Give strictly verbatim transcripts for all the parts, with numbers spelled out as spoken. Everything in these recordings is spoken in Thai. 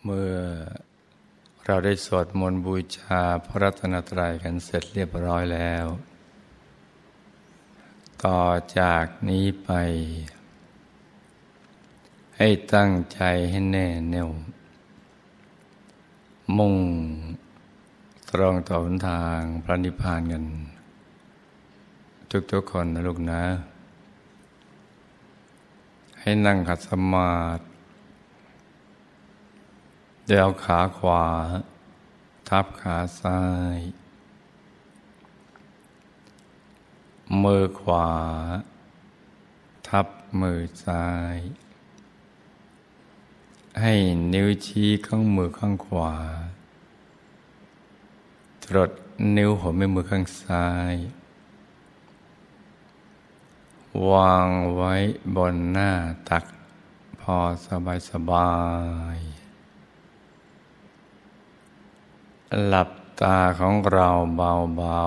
เมื่อเราได้สวดมนต์บูชาพระรัตนตรัยกันเสร็จเรียบร้อยแล้วต่อจากนี้ไปให้ตั้งใจให้แน่แน่วมุ่งตรงต่อหนทางพระนิพพานกันทุกๆคนนะลูกนะให้นั่งขัดสมาธิโดยเอาขาขวาทับขาซ้ายมือขวาทับมือซ้ายให้นิ้วชี้ข้างมือข้างขวาจรดนิ้วหัวแม่มือข้างซ้ายวางไว้บนหน้าตักพอสบายสบายหลับตาของเราเบา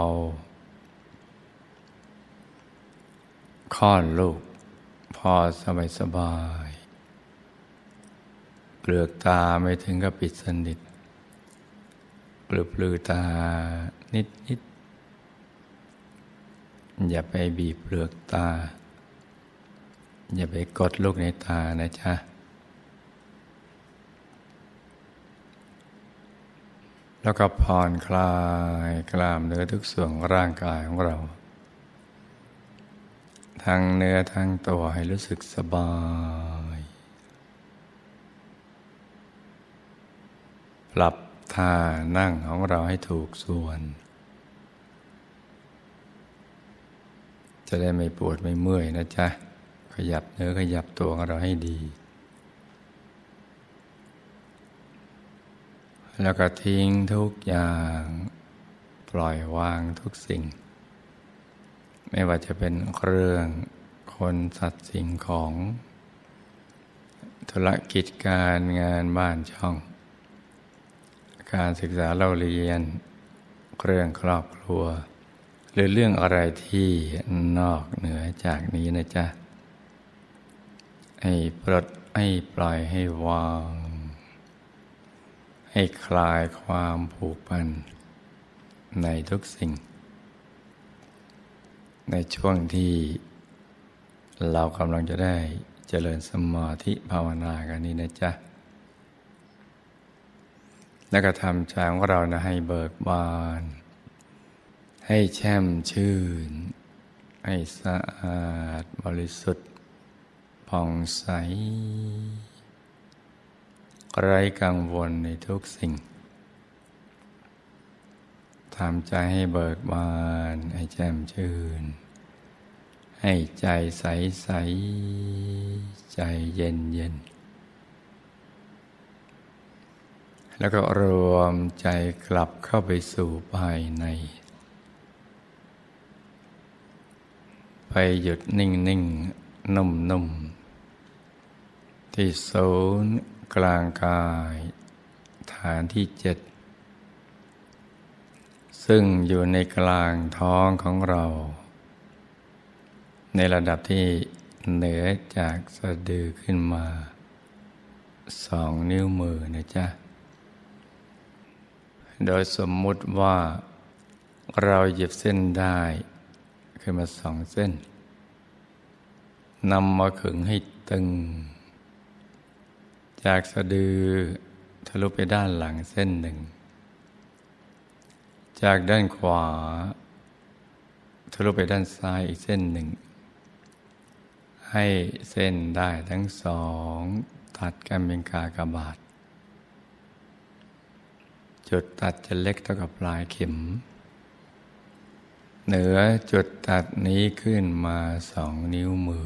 ๆค่อนลูกพอสบายสบายเปลือกตาไม่ถึงกับปิดสนิทปลือปลือตานิดนิดอย่าไปบีบเปลือกตาอย่าไปกดลูกในตานะจ๊ะแล้วก็ผ่อนคลายกล้ามเนื้อทุกส่วนของร่างกายของเราทั้งเนื้อทั้งตัวให้รู้สึกสบายปรับท่านั่งของเราให้ถูกส่วนจะได้ไม่ปวดไม่เมื่อยนะจ๊ะขยับเนื้อขยับตัวของเราให้ดีแล้วก็ทิ้งทุกอย่างปล่อยวางทุกสิ่งไม่ว่าจะเป็นเรื่องคนสัตว์สิ่งของธุรกิจการงานบ้านช่องการศึกษาเราเรียนเรื่องครอบครัวหรือเรื่องอะไรที่นอกเหนือจากนี้นะจ๊ะให้ปลดให้ปล่อยให้วางให้คลายความผูกพันในทุกสิ่งในช่วงที่เรากำลังจะได้เจริญสมาธิภาวนากันนี้นะจ๊ะแล้วก็ทำใจของเรานะให้เบิกบานให้แช่มชื่นให้สะอาดบริสุทธิ์ผ่องใสไร้กังวลในทุกสิ่งทำใจให้เบิกบานให้แจ่มชื่นให้ใจใสใสใจเย็นเย็นแล้วก็รวมใจกลับเข้าไปสู่ภายในไปหยุดนิ่งนิ่งนุ่มนุ่มที่ศูนย์กลางกายฐานที่เจ็ดซึ่งอยู่ในกลางท้องของเราในระดับที่เหนือจากสะดือขึ้นมาสองนิ้วมือนะจ๊ะโดยสมมุติว่าเราหยิบเส้นได้ขึ้นมาสองเส้นนำมาขึงให้ตึงจากสะดือทะลุไปด้านหลังเส้นหนึ่งจากด้านขวาทะลุไปด้านซ้ายอีกเส้นหนึ่งให้เส้นได้ทั้งสองตัดกันเป็นกากบาทจุดตัดจะเล็กเท่ากับปลายเข็มเหนือจุดตัดนี้ขึ้นมาสองนิ้วมือ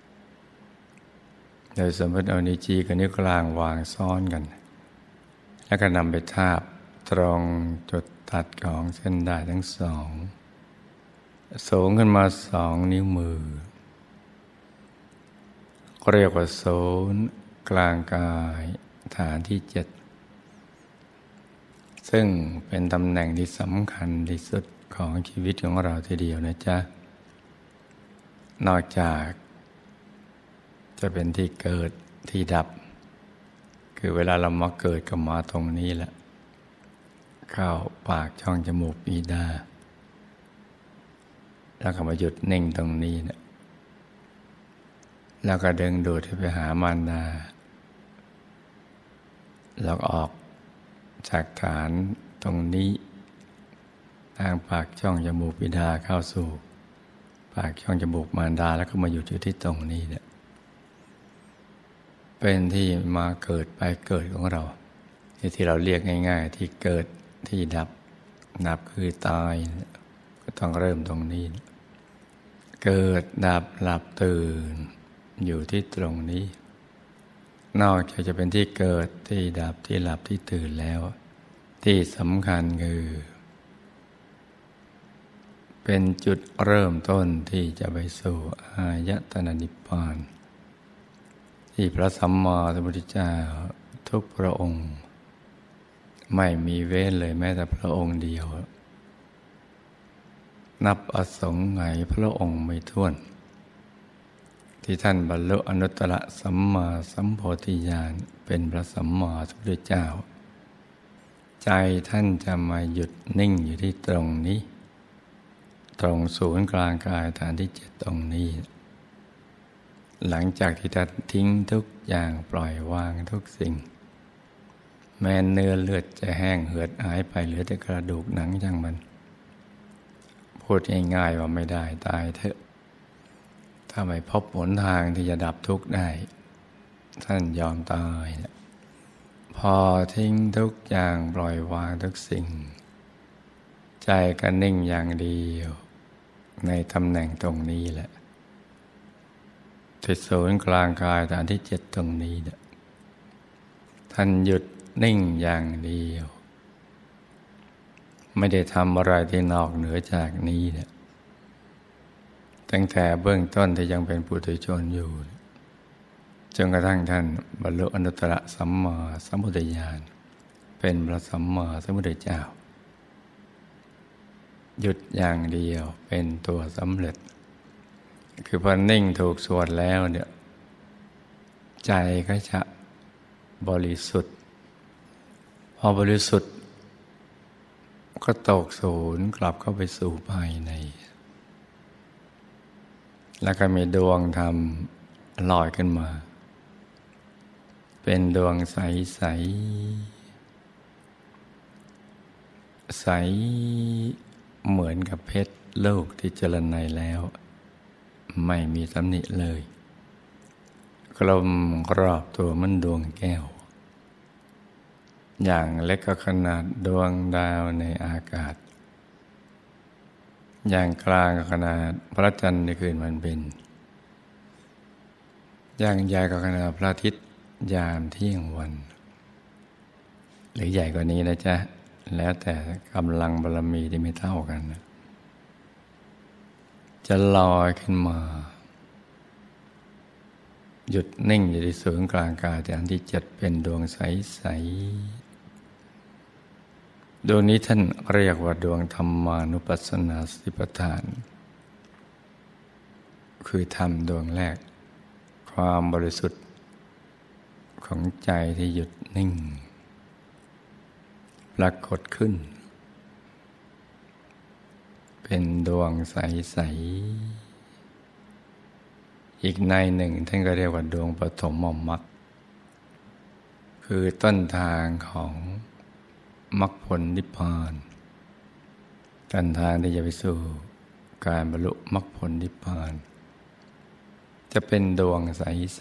โดยสมมติเอานิ้วชี้กับนิ้วกลางวางซ้อนกันแล้วก็นำไปทาบตรงจุดตัดของเส้นด้ายทั้งสองสูงขึ้นมาสองนิ้วมือเรียกว่าศูนย์กลางกายฐานที่เจ็ดซึ่งเป็นตำแหน่งที่สำคัญที่สุดของชีวิตของเราทีเดียวนะจ๊ะนอกจากจะเป็นที่เกิดที่ดับคือเวลาเรามาเกิดก็มาตรงนี้แหละเข้าปากช่องจมูกบิดาแล้วก็มาหยุดนิ่งตรงนี้นะแล้วก็ดึงดูดให้ไปหามารดาแล้วออกจากฐานตรงนี้ทางปากช่องจมูกบิดาเข้าสู่ปากช่องจมูกมารดาแล้วก็มาหยุดอยู่ที่ตรงนี้เนี่ยเป็นที่มาเกิดไปเกิดของเราที่เราเรียกง่ายๆที่เกิดที่ดับดับคือตายก็ต้องเริ่มตรงนี้เกิดดับหลับตื่นอยู่ที่ตรงนี้นอกจากจะเป็นที่เกิดที่ดับที่หลับที่ตื่นแล้วที่สำคัญคือเป็นจุดเริ่มต้นที่จะไปสู่อายตนะนิพพานที่พระสัมมาสัมพุทธเจ้าทุกพระองค์ไม่มีเว้นเลยแม้แต่พระองค์เดียวนับอสงไขยพระองค์ไม่ถ้วนที่ท่านบรรลุอนุตตรสัมมาสัมโพธิญาณเป็นพระสัมมาสัมพุทธเจ้าใจท่านจะมาหยุดนิ่งอยู่ที่ตรงนี้ตรงศูนย์กลางกายฐานที่เจ็ดตรงนี้หลังจากที่ท่านทิ้งทุกอย่างปล่อยวางทุกสิ่งแม้เนื้อเลือดจะแห้งเหือดหายไปเหลือแต่กระดูกหนังช่างมันพูดง่ายๆว่าไม่ได้ตายเถอะถ้าไม่พบหนทางที่จะดับทุกข์ได้ท่านยอมตายพอทิ้งทุกอย่างปล่อยวางทุกสิ่งใจก็นิ่งอย่างเดียวในตำแหน่งตรงนี้แหละที่ศูนย์กลางกายฐานที่เจ็ดตรงนี้เนี่ยท่านหยุดนิ่งอย่างเดียวไม่ได้ทำอะไรที่นอกเหนือจากนี้เนี่ยตั้งแต่เบื้องต้นที่ยังเป็นปุถุชนอยู่จนกระทั่งท่านบรรลุอนุตตรสัมมาสัมพุทธญาณเป็นพระสัมมาสัมพุทธเจ้าหยุดอย่างเดียวเป็นตัวสำเร็จคือพอนิ่งถูกส่วนแล้วเนี่ยใจก็จะบริสุทธิ์พอบริสุทธิ์ก็ตกศูนย์กลับเข้าไปสู่ภายในแล้วก็มีดวงธรรมลอยขึ้นมาเป็นดวงใสใสใสเหมือนกับเพชรลูกที่เจริญในแล้วไม่มีตำหนิเลยกลมรอบตัวมันดวงแก้วอย่างเล็กก็ขนาดดวงดาวในอากาศอย่างกลางก็ขนาดพระจันทร์ในคืนวันเพ็ญอย่างใหญ่ก็ขนาดพระอาทิตย์ยามเที่ยงวันหรือใหญ่กว่านี้นะจ๊ะแล้วแต่กำลังบารมีที่ไม่เท่ากันนะจะลอยขึ้นมาหยุดนิ่งอยู่ที่ศูนย์กลางกายฐานที่เจ็ดเป็นดวงใสๆดวงนี้ท่านเรียกว่าดวงธรรมานุปัสสนาสติปัฏฐานคือธรรมดวงแรกความบริสุทธิ์ของใจที่หยุดนิ่งปรากฏขึ้นเป็นดวงใสๆอีกในหนึ่งท่านก็เรียกว่าดวงปฐมมรรคคือต้นทางของมรรคผลนิพพานต้นทางที่จะไปสู่การบรรลุมรรคผลนิพพานจะเป็นดวงใส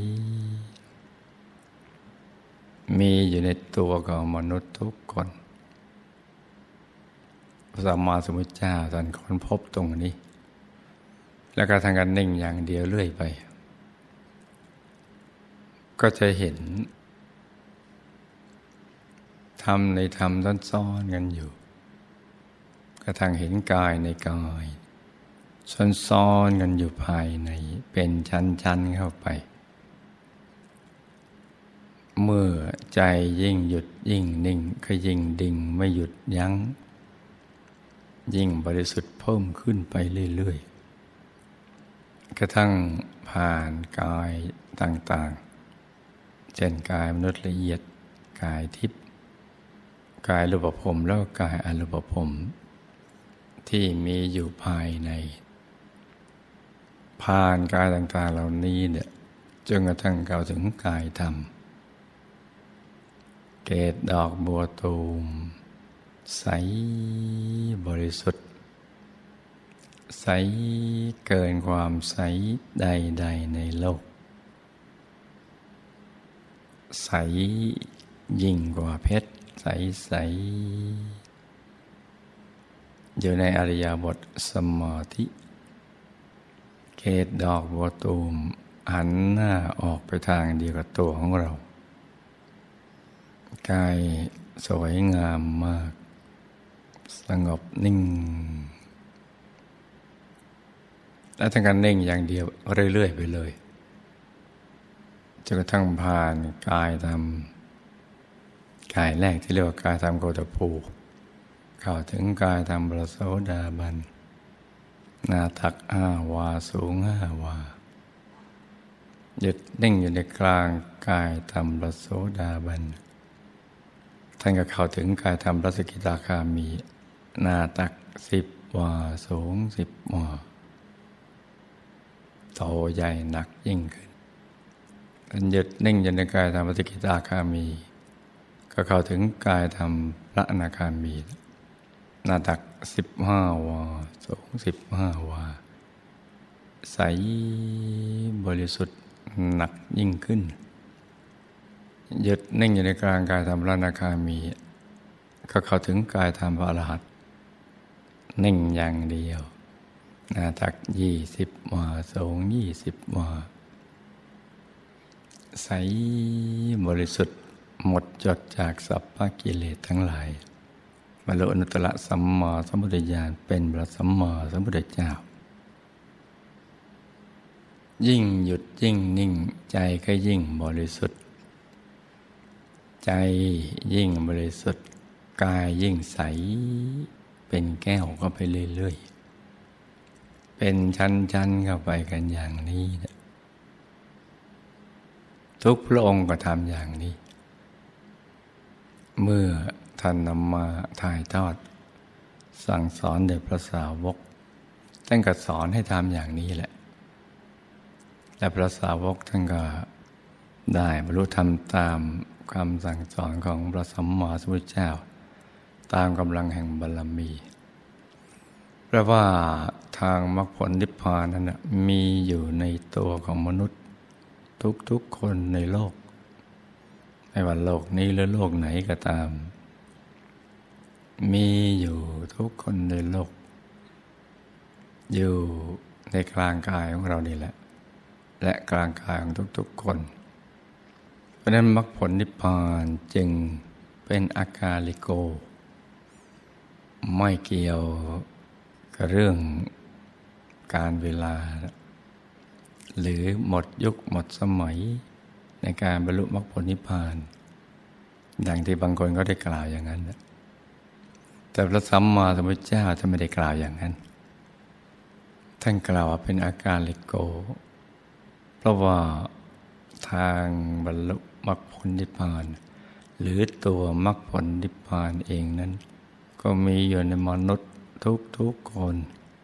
ๆมีอยู่ในตัวของมนุษย์ทุกคนพระสัมมาสัมพุทธเจ้าท่านค้นพบตรงนี้แล้วก็ทางการนิ่งอย่างเดียวเรื่อยไปก็จะเห็นธรรมในธรรมซ้อนๆกันอยู่กระทั่งเห็นกายในกายซ้อนๆกันอยู่ภายในเป็นชั้นๆเข้าไปเมื่อใจยิ่งหยุดยิ่งนิ่งก็ยิ่งดิ่งไม่หยุดยั้งยิ่งบริสุทธิ์เพิ่มขึ้นไปเรื่อยๆกระทั่งผ่านกายต่างๆเช่นกายมนุษย์ละเอียดกายทิพย์กายรูปภพแล้วก็กายอรูปภพที่มีอยู่ภายในผ่านกายต่างๆเหล่านี้เนี่ยจนกระทั่งเข้าถึงกายธรรมเกศดอกบัวตูมใสบริสุทธิ์ใสเกินความใสใดๆในโลกใสยิ่งกว่าเพชรใสใสอยู่ในอริยบทสมาธิเกศดอกบัวตูมหันหน้าออกไปทางเดียวกับตัวของเรากายสวยงามมากสงบนิ่งและทั้งการนิ่งอย่างเดียวเรื่อยๆไปเลยจนกระทั่งผ่านกายธรรมกายแรกที่เรียกว่ากายธรรมโกฏภูเข้าถึงกายธรรมพระโสดาบันหน้าตักห้าวาสูงห้าวาหยุดนิ่งอยู่ในกลางกายธรรมพระโสดาบันท่านก็เข้าถึงกายธรรมพระสกิทาคามีหน้าตักสิบวาสูงสิบวาโตใหญ่หนักยิ่งขึ้นท่านหยุดนิ่งอยู่ในกายธรรมพระสกิทาคามีก็เข้าถึงกายธรรมพระอนาคามีหน้าตักสิบห้าวาสูงสิบห้าวาใสบริสุทธิ์หนักยิ่งขึ้นหยุดนิ่งอยู่ในกลางกายธรรมพระอนาคามีก็เข้าถึงกายธรรมพระอรหันต์นิ่งอย่างเดียวหน้าตักยี่สิบวาสูงยี่สิบวาใสบริสุทธิ์หมดจดจากสัพพกิเลสทั้งหลายบรรลุอนุตตรสัมมาสัมพุทธญาณเป็นพระสัมมาสัมพุทธเจ้ายิ่งหยุดยิ่งนิ่งใจก็ยิ่งบริสุทธิ์ใจยิ่งบริสุทธิ์กายยิ่งใสเป็นแก้วเข้าไปเรื่อยๆเป็นชั้นๆเข้าไปกันอย่างนี้นะทุกพระองค์ก็ทำอย่างนี้เมื่อท่านนำมาถ่ายทอดสั่งสอนแด่พระสาวกท่านก็สอนให้ทำอย่างนี้แหละและพระสาวกท่านก็ได้บรรลุธรรมตามคำสั่งสอนของพระสัมมาสัมพุทธเจ้าตามกำลังแห่งบารมีเพราะว่าทางมรรคผลนิพพานนั้นมีอยู่ในตัวของมนุษย์ทุกๆคนในโลกไม่ว่าโลกนี้หรือโลกไหนก็ตามมีอยู่ทุกคนในโลกอยู่ในกลางกายของเรานี่แหละและกลางกายของทุกๆคนเพราะนั้นมรรคผลนิพพานจึงเป็นอากาลิโกไม่เกี่ยวกับเรื่องการเวลาหรือหมดยุคหมดสมัยในการบรรลุมรรคผลนิพพานดังที่บางคนก็ได้กล่าวอย่างนั้นแต่พระสัมมาสัมพุทธเจ้าท่านไม่ได้กล่าวอย่างนั้นท่านกล่าวว่าเป็นอาการลิโกเพราะว่าทางบรรลุมรรคผลนิพพานหรือตัวมรรคผลนิพพานเองนั้นก็มีอยู่ในมนุษย์ทุกๆคน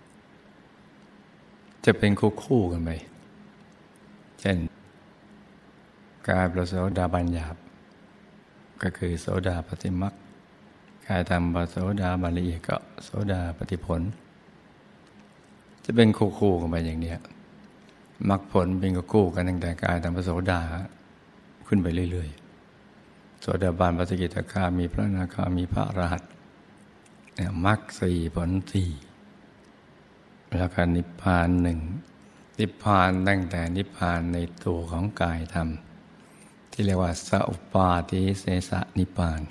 จะเป็นคู่คู่กันไปเช่นกายพระโสดาบันหยาบก็คือโสดาปัตติมรรคกายธรรมพระโสดาบันละเอียดก็โสดาปัตติผลจะเป็นคู่คู่กันไปอย่างเนี้ยมรรคผลเป็นคู่คู่กันตั้งแต่กายธรรมพระโสดาขึ้นไปเรื่อยๆโสดาบันพระสกิทาคามีพระอนาคามีพระอรหันต์เนี่ยมรรคสี่ผลสี่แล้วก็นิพพานหนึ่งนิพพานตั้งแต่นิพพานในตัวของกายธรรมที่เรียกว่าสัพปาทิเสสนิพพาน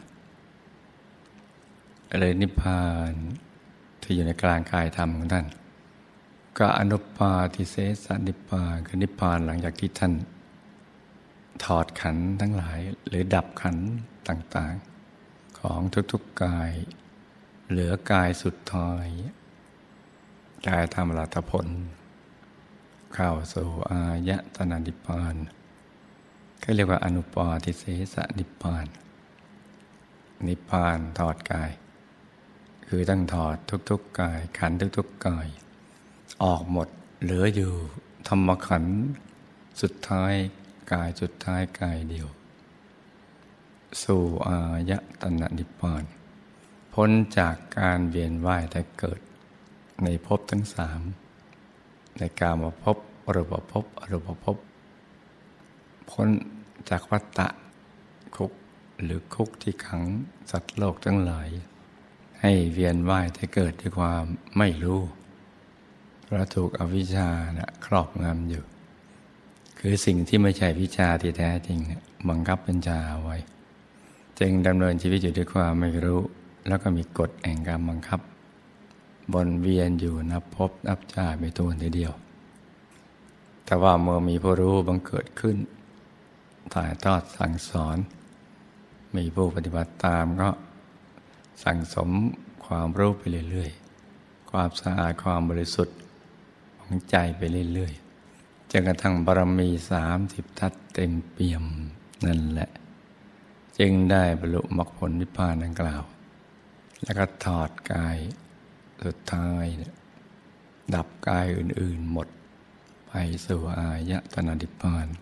อะไรนิพพานที่อยู่ในกลางกายธรรมของท่านก็อนุปาทิเสสนิพพานคือนิพพานหลังจากที่ท่านถอดขันธ์ทั้งหลายหรือดับขันธ์ต่างๆของทุกๆกายเหลือกายสุดท้ายกายธรรมอรหัตผลเข้าสู่อายตนะนิพพานเขาเรียกว่าอนุปาทิเสสนิพพานนิพพานถอดกายคือต้องถอดทุกๆกายขันธ์ทุกๆกายออกหมดเหลืออยู่ธรรมขันธ์สุดท้ายกายสุดท้ายกายเดียวสู่อายตนะนิพพานพ้นจากการเวียนว่ายแต่เกิดในภพทั้งสามในกามภพรูปภพอรูปภพพ้นจากวัฏฏะคุกหรือคุกที่ขังสัตว์โลกทั้งหลายให้เวียนว่ายแต่เกิดด้วยความไม่รู้เพราะถูกอวิชชานะครอบงำอยู่คือสิ่งที่ไม่ใช่วิชาที่แท้จริงเนี่ยบังคับบัญชาเอาไว้จึงดำเนินชีวิตอยู่ด้วยความไม่รู้แล้วก็มีกฎแห่งการบังคับวนเวียนอยู่นับพบนับชาติไม่ถ้วนทีเดียวแต่ว่าเมื่อมีผู้รู้บังเกิดขึ้นถ่ายทอดสั่งสอนมีผู้ปฏิบัติตามก็สั่งสมความรู้ไปเรื่อยๆความสะอาดความบริสุทธิ์ของใจไปเรื่อยๆจนกระทั่งบารมีสามสิบทัศเต็มเปี่ยมนั่นแหละจึงได้บรรลุมรรคผลนิพพานดังกล่าวแล้วก็ถอดกายสุดท้ายดับกายอื่นๆหมดไปสู่อายตนะนิพพาน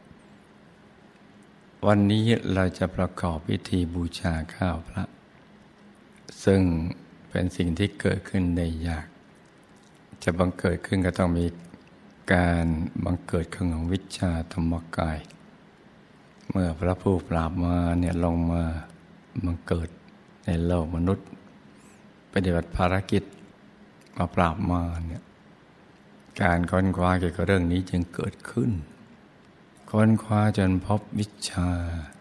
วันนี้เราจะประกอบพิธีบูชาข้าวพระซึ่งเป็นสิ่งที่เกิดขึ้นได้ยากจะบังเกิดขึ้นก็ต้องมีการบังเกิดของวิชชาธรรมกายเมื่อพระผู้ปราบมารเนี่ยลงมาบังเกิดในโลกมนุษย์ปฏิบัติภารกิจมาปราบมารเนี่ยการค้นคว้าเกี่ยวกับเรื่องนี้จึงเกิดขึ้นค้นคว้าจนพบวิชา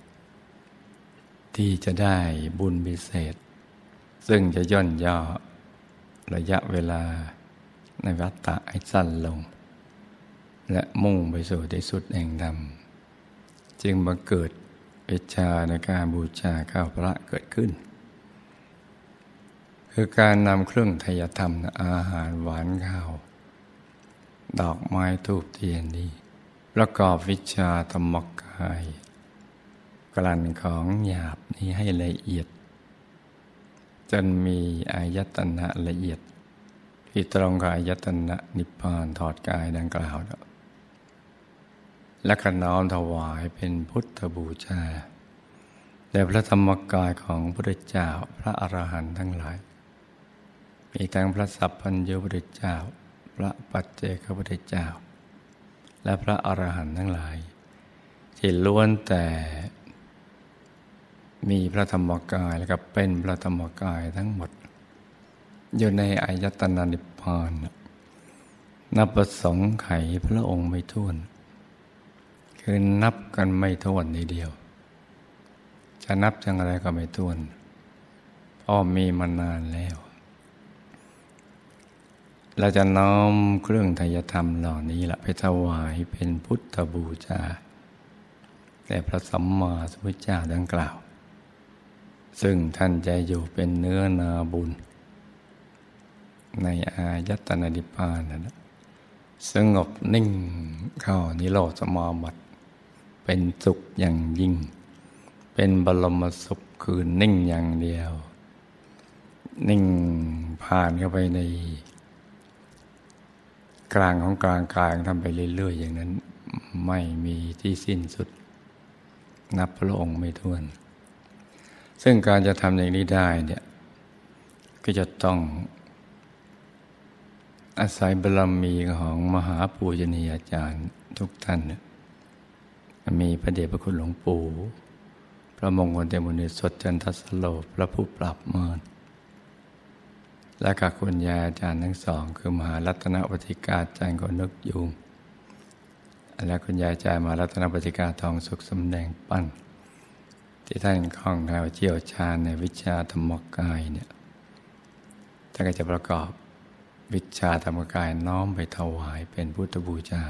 ที่จะได้บุญพิเศษซึ่งจะย่นย่อระยะเวลาในวัฏฏะให้สั้นลงและมุ่งไปสู่ที่สุดแห่งธรรมจึงบังเกิดวิชาในการบูชาข้าวพระเกิดขึ้นคือการนำเครื่องไทยธรรมอาหารหวานข้าวดอกไม้ธูปเทียนนี้ประกอบวิชาธรรมกายกลั่นของหยาบนี้ให้ละเอียดจนมีอายตนะละเอียดที่ตรงกับอายตนะนิพพานถอดกายดังกล่าวและก็น้อมถวายเป็นพุทธบูชาแด่พระธรรมกายของพระพุทธเจ้าพระอรหันต์ทั้งหลายมีทั้งพระสัพพัญญุพุทธเจ้าพระปัจเจกพุทธเจ้าและพระอรหันต์ทั้งหลายที่ล้วนแต่มีพระธรรมกายและก็เป็นพระธรรมกายทั้งหมดอยู่ในอายตนะนิพพานนับประสงค์ไขพระองค์ไม่ถ้วนคือนับกันไม่ถ้วนทีเดียวจะนับอย่างไรก็ไม่ถ้วนเพราะมีมานานแล้วเราจะน้อมเครื่องไทยธรรมเหล่านี้ละไปถวายเป็นพุทธบูชาแด่พระสัมมาสัมพุทธเจ้าดังกล่าวซึ่งท่านจะอยู่เป็นเนื้อนาบุญในอายตนะนิพพานนะสงบนิ่งเข้านิโรธสมาบัติเป็นสุขอย่างยิ่งเป็นบรมสุขคือนิ่งอย่างเดียวนิ่งผ่านเข้าไปในกลางของกลางกายทำไปเรื่อยๆอย่างนั้นไม่มีที่สิ้นสุดนับพระองค์ไม่ถ้วนซึ่งการจะทำอย่างนี้ได้เนี่ยก็จะต้องอาศัยบารมีของมหาปูชนียาจารย์ทุกท่านมีพระเดชพระคุณหลวงปู่พระมงคลเตมุนีสดจันทสโลพระผู้ปราบมารและกับคุณยายอาจารย์ทั้งสองคือมหารัตนปฏิกาจารย์คนนึกยุงและคุณยายอาจารย์มหารัตนปฏิกาทองสุขสำแดงปั้นที่ท่านคล่องแคล่วเชี่ยวชาญในวิชาธรรมกายเนี่ยท่านก็จะประกอบวิชาธรรมกายน้อมไปถวายเป็นพุทธบูชา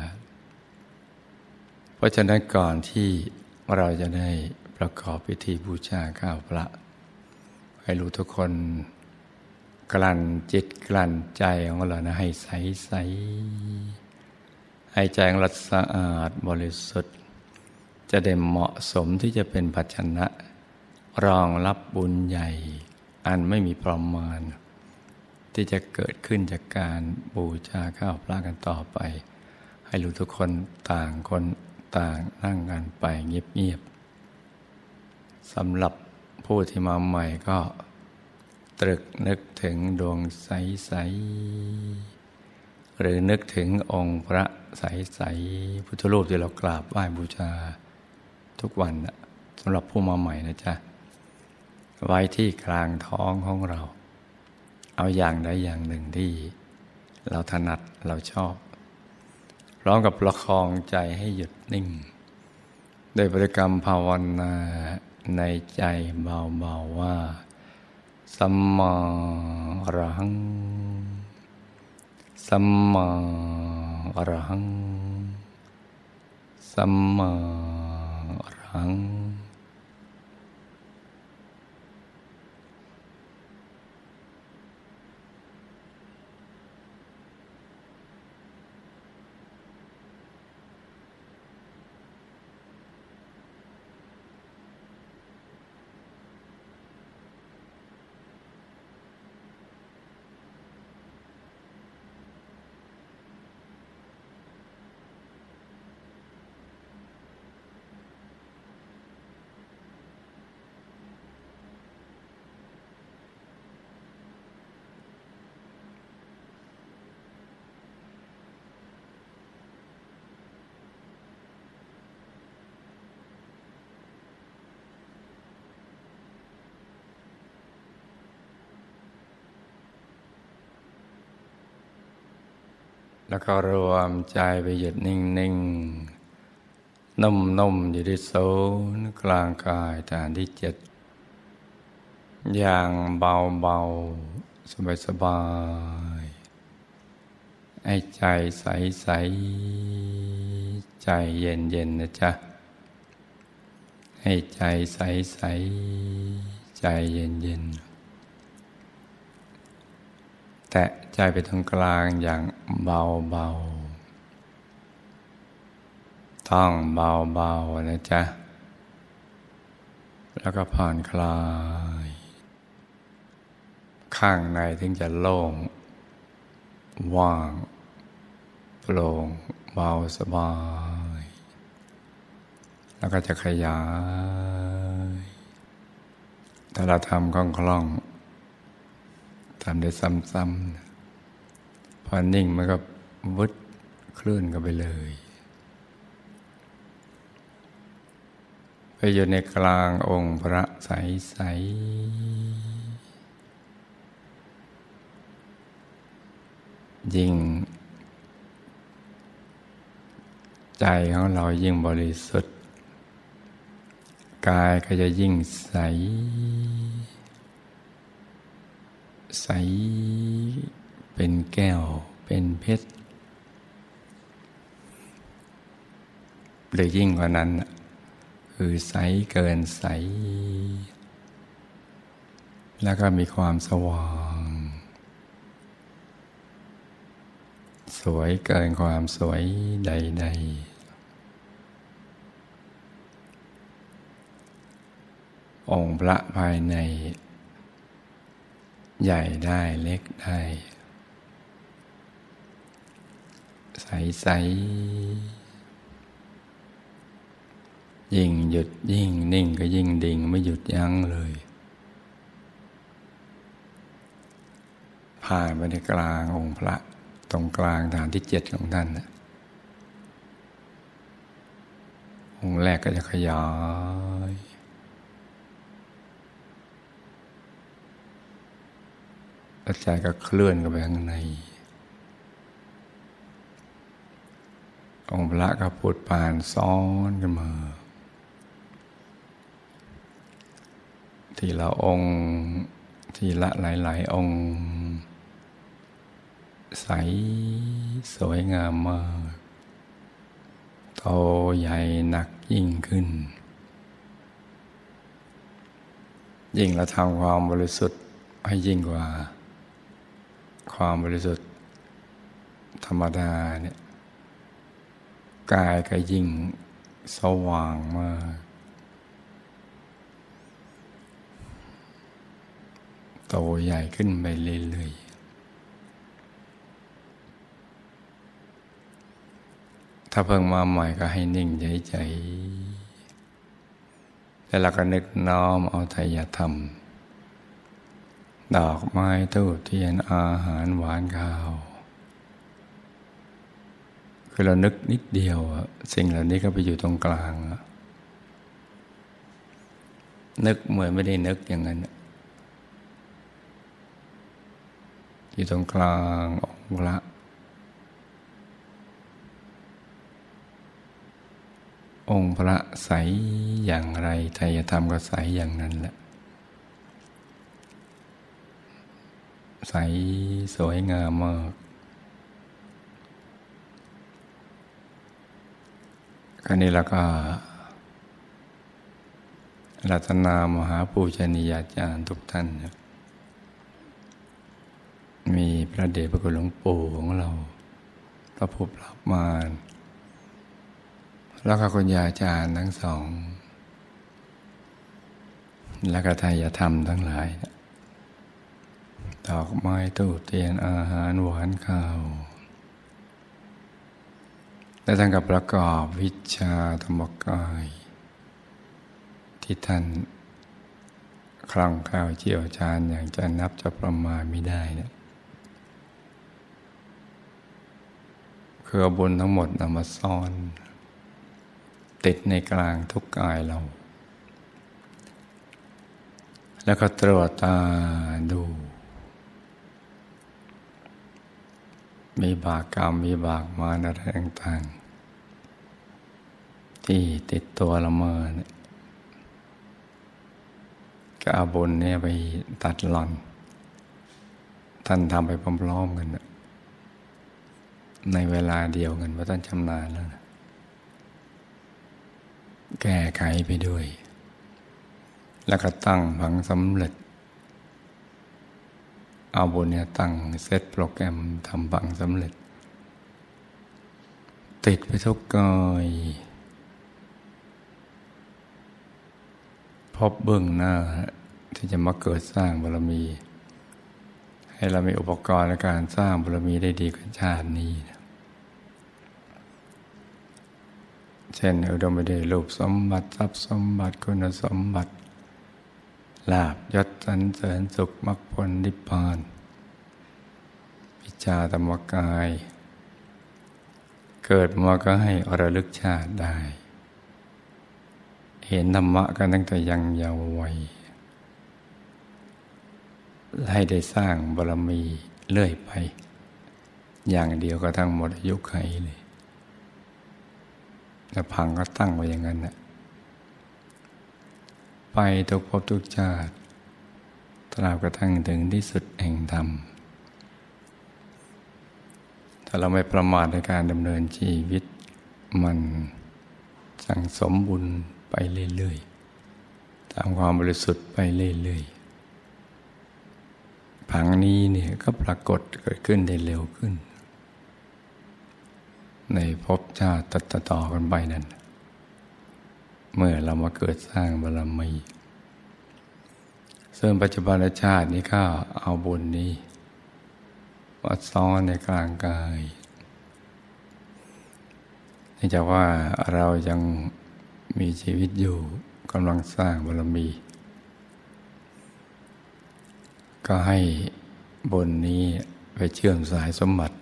เพราะฉะนั้นก่อนที่เราจะได้ประกอบพิธีบูชาข้าวพระให้รู้ทุกคนกลั่นจิตกลั่นใจของเรานะให้ใสใสให้ใจของเราสะอาดบริสุทธิ์จะได้เหมาะสมที่จะเป็นภาชนะรองรับบุญใหญ่อันไม่มีประมาณที่จะเกิดขึ้นจากการบูชาข้าวพระกันต่อไปให้รู้ทุกคนต่างคนต่างนั่งกันไปเงียบๆสำหรับผู้ที่มาใหม่ก็ตรึกนึกถึงดวงใสๆหรือนึกถึงองค์พระใสๆพุทธรูปที่เรากราบไหว้บูชาทุกวันนะสำหรับผู้มาใหม่นะจ๊ะไว้ที่กลางท้องของเราเอาอย่างใดอย่างหนึ่งที่เราถนัดเราชอบพร้อมกับประคองใจให้หยุดนิ่งโดยบริกรรมภาวนาในใจเบาๆว่าสัมมาอรหังสัมมาอรหังสัมมาอรหังแล้วก็รวมใจไปหยุดนิ่งๆนุ่มๆอยู่ที่ศูนย์กลางกายฐานที่เจ็ดอย่างเบาๆสบายๆให้ใจใสๆใจเย็นๆนะจ๊ะให้ใจใสๆใจเย็นๆแตะใจไปตรงกลางอย่างเบาๆต้องเบาๆนะจ๊ะแล้วก็ผ่อนคลายข้างในถึงจะโล่งว่างโปร่งเบาสบายแล้วก็จะขยายถ้าเราทำคล่องๆทำได้ซ้ำๆพอนิ่งมันก็วุดเคลื่อนกันไปเลยไปอยู่ในกลางองค์พระใสๆยิ่งใจของเรายิ่งบริสุทธิ์กายก็จะยิ่งใสใสเป็นแก้วเป็นเพชรหรือยิ่งกว่านั้นคือใสเกินใสแล้วก็มีความสว่างสวยเกินความสวยใดๆองค์พระภายในใหญ่ได้เล็กได้ใสๆยิ่งหยุดยิ่งนิ่งก็ยิ่งดิ่งไม่หยุดยั้งเลยผ่านไปในกลางองค์พระตรงกลางฐานที่เจ็ดของท่านนะองค์แรกก็จะขยายใจก็เคลื่อนกันไปข้างในองค์พระก็พุทธปานซ้อนกันมาทีละองค์ทีละหลายๆองค์ใสสวยงามมากโตใหญ่หนักยิ่งขึ้นยิ่งเราทำความบริสุทธิ์ให้ยิ่งกว่าความบริสุทธิ์ธรรมดาเนี่ยกายก็ยิ่งสว่างมากโตใหญ่ขึ้นไปเรื่อยๆถ้าเพิ่งมาใหม่ก็ให้นิ่งใจๆแล้วเราก็นึกน้อมเอาไตรยธรรมดอกไม้ธูปเทียนอาหารหวานข้าวคือเรานึกนิดเดียวสิ่งเหล่านี้ก็ไปอยู่ตรงกลางนึกเหมือนไม่ได้นึกอย่างนั้นอยู่ตรงกลางองค์พระองค์พระใสอย่างไรไตรยธรรมก็ใสอย่างนั้นแหละใสสวยงามมากคราวนี้เราก็รัตนามหาปูชนียาจารย์ทุกท่านมีพระเดชพระคุณหลวงปู่ของเราพระผู้ปราบมารแล้วก็คุณยายอาจารย์ทั้งสองแล้วก็ไตรยธรรมทั้งหลายดอกไม้ธูปเทียนอาหารหวานข้าวและท่านกับประกอบวิชาธรรมกายที่ท่านคล่องแคล่วเชี่ยวชาญอย่างจะนับจะประมาณไม่ได้เนี่ยคือบุญทั้งหมดนำมาซ่อนติดในกลางทุกกายเราแล้วก็ตรวจตาดูมีบาปกรรมมีบาปมารอะไรต่างๆที่ติดตัวเรามาเนี่ยก็เอาบุญเนี่ยไปตัดหล่อนท่านทำไปพร้อมๆกันในเวลาเดียวกันเพราะท่านชำนาญแล้วนะแก้ไขไปด้วยแล้วก็ตั้งหวังสำเร็จเอาบุญเนี่ยตั้งเซตโปรแกรมทำบังสำเร็จติดไปทุกกายพบเบื้องหน้าที่จะมาเกิดสร้างบารมีให้เรามีอุปกรณ์ในการสร้างบารมีได้ดีกว่าชาตินี้เช่นอุดมไปด้วยรูปสมบัติทรัพย์สมบัติคุณสมบัติลาภยศสรรเสริญสุขมรรคผลนิพพานวิชาธรรมกายเกิดมาก็ให้ระลึกชาติได้เห็นธรรมะกันตั้งแต่ยังเยาว์วัยให้ได้สร้างบารมีเรื่อยไปอย่างเดียวก็ทั้งหมดอายุไขเลยแล้วพังก็ตั้งไว้อย่างนั้นนะไปทุกภพทุกชาติตราบกระทั่งถึงที่สุดแห่งธรรมถ้าเราไม่ประมาทในการดำเนินชีวิตมันสั่งสมบุญไปเรื่อยๆตามความบริสุทธิ์ไปเรื่อยๆผังนี้เนี่ยก็ปรากฏเกิดขึ้นได้เร็วขึ้นในภพชาติต่อๆกันไปนั่นเมื่อเรามาเกิดสร้างบารมีซึ่งปัจจุบันชาตินี้ก็เอาบุญนี้มาซ้อนในกลางกายเนื่องจากว่าเรายังมีชีวิตอยู่กำลังสร้างบารมี ก็ให้บุญนี้ไปเชื่อมสายสมบัติ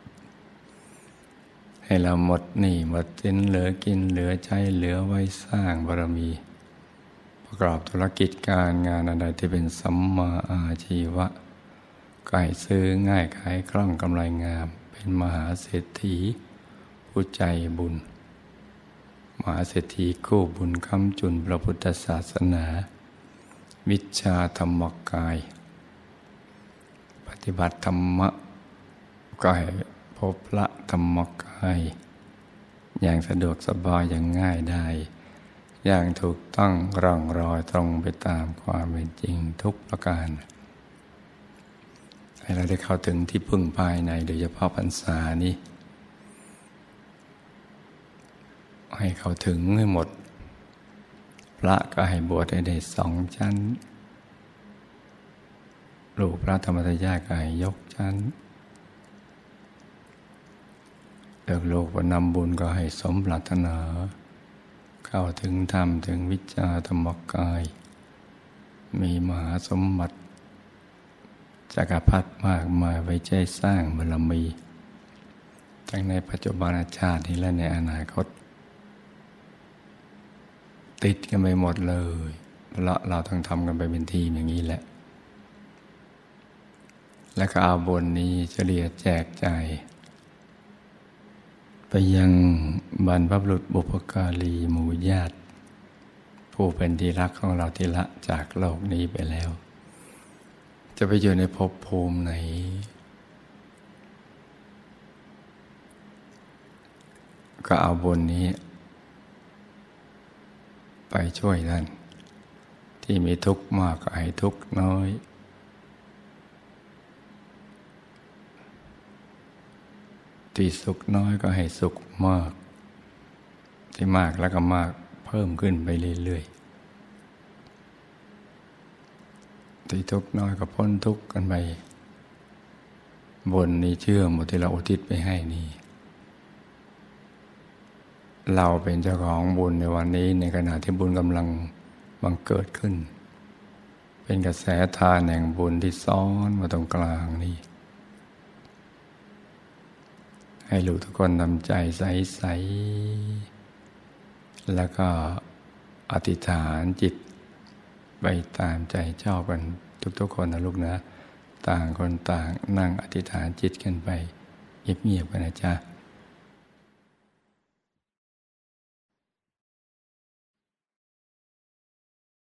ให้เราหมดหนี้หมดสินเหลือกินเหลือใช้เหลือไว้สร้างบารมีประกอบธุรกิจการงานอะไรที่เป็นสัมมาอาชีวะก็ให้ซื้อง่ายขายคล่องกำไรงามเป็นมหาเศรษฐีผู้ใจบุญมหาเศรษฐีคู่บุญค้ำจุนพระพุทธศาสนาวิชาธรรมกายปฏิบัติธรรมะก็ให้พบพระธรรมกายอย่างสะดวกสบายอย่างง่ายได้อย่างถูกต้องร่องรอยตรงไปตามความเป็นจริงทุกประการให้เราได้เข้าถึงที่พึ่งภายในโดยเฉพาะพรรษานี้ให้เขาถึงให้หมดพระก็ให้บวชให้ได้สองชั้นลูกพระธรรมทายาทก็ให้ยกชั้นเลิกโลกว่านำบุญก็ให้สมปรารถนาเข้าถึงธรรมถึงวิชาธรรมกายมีมหาสมบัติจักรพรรดิมากมายไว้ใจสร้างบารมีทั้งในปัจจุบันชาตินี้และในอนาคตติดกันไปหมดเลยเพราะเราต้องทำกันไปเป็นทีมอย่างนี้แหละและก็เอาบุญนี้เฉลี่ยแจกจ่ายไปยังบรรพบุรุษบุพการีหมู่ญาติผู้เป็นที่รักของเราที่ละจากโลกนี้ไปแล้วจะไปอยู่ในภพภูมิไหนก็เอาบุญนี้ไปช่วยท่านที่มีทุกข์มากก็ให้ทุกข์น้อยที่สุขน้อยก็ให้สุขมากที่มากแล้วก็มากเพิ่มขึ้นไปเรื่อยๆที่ทุกข์น้อยก็พ้นทุกข์กันไปบุญนี้เชื่อหมดที่เราอุทิศไปให้นี่เราเป็นเจ้าของบุญในวันนี้ในขณะที่บุญกำลังบังเกิดขึ้นเป็นกระแสทานแห่งบุญที่ซ้อนมาตรงกลางนี่ให้ลูกทุกคนทำใจใสๆแล้วก็อธิษฐานจิตไปตามใจชอบกันทุกๆคนนะลูกนะต่างคนต่างนั่งอธิษฐานจิตกันไปเงียบๆกันนะจ๊ะ